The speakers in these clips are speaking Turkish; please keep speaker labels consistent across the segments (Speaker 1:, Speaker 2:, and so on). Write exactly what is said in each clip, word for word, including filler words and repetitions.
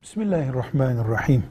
Speaker 1: Bismillahirrahmanirrahim.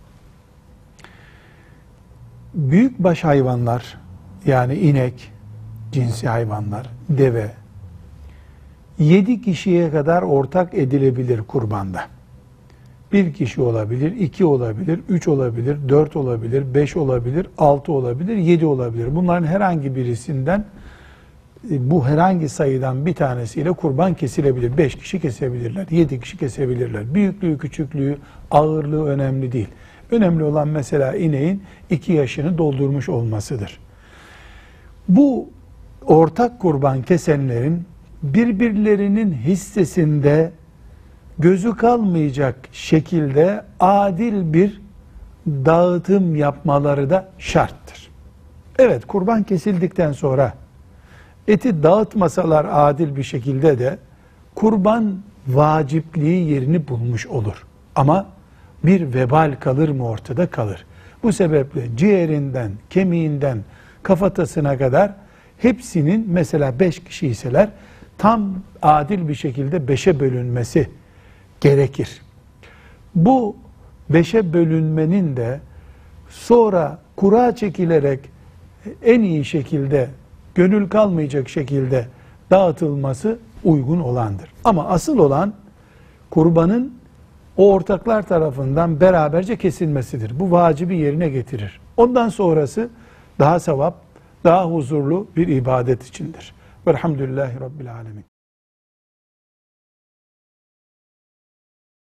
Speaker 1: Büyükbaş hayvanlar, yani inek, cinsi hayvanlar, deve, yedi kişiye kadar ortak edilebilir kurbanda. Bir kişi olabilir, iki olabilir, üç olabilir, dört olabilir, beş olabilir, altı olabilir, yedi olabilir. Bunların herhangi birisinden, bu herhangi sayıdan bir tanesiyle kurban kesilebilir. Beş kişi kesebilirler, yedi kişi kesebilirler. Büyüklüğü, küçüklüğü, ağırlığı önemli değil. Önemli olan mesela ineğin iki yaşını doldurmuş olmasıdır. Bu ortak kurban kesenlerin birbirlerinin hissesinde gözü kalmayacak şekilde adil bir dağıtım yapmaları da şarttır. Evet, kurban kesildikten sonra eti dağıtmasalar adil bir şekilde de kurban vacipliği yerini bulmuş olur. Ama bir vebal kalır mı ortada? Kalır. Bu sebeple ciğerinden, kemiğinden, kafatasına kadar hepsinin, mesela beş kişiyseler, tam adil bir şekilde beşe bölünmesi gerekir. Bu beşe bölünmenin de sonra kura çekilerek en iyi şekilde, gönül kalmayacak şekilde dağıtılması uygun olandır. Ama asıl olan kurbanın o ortaklar tarafından beraberce kesilmesidir. Bu vacibi yerine getirir. Ondan sonrası daha sevap, daha huzurlu bir ibadet içindir. Velhamdülillahi Rabbil Alemin.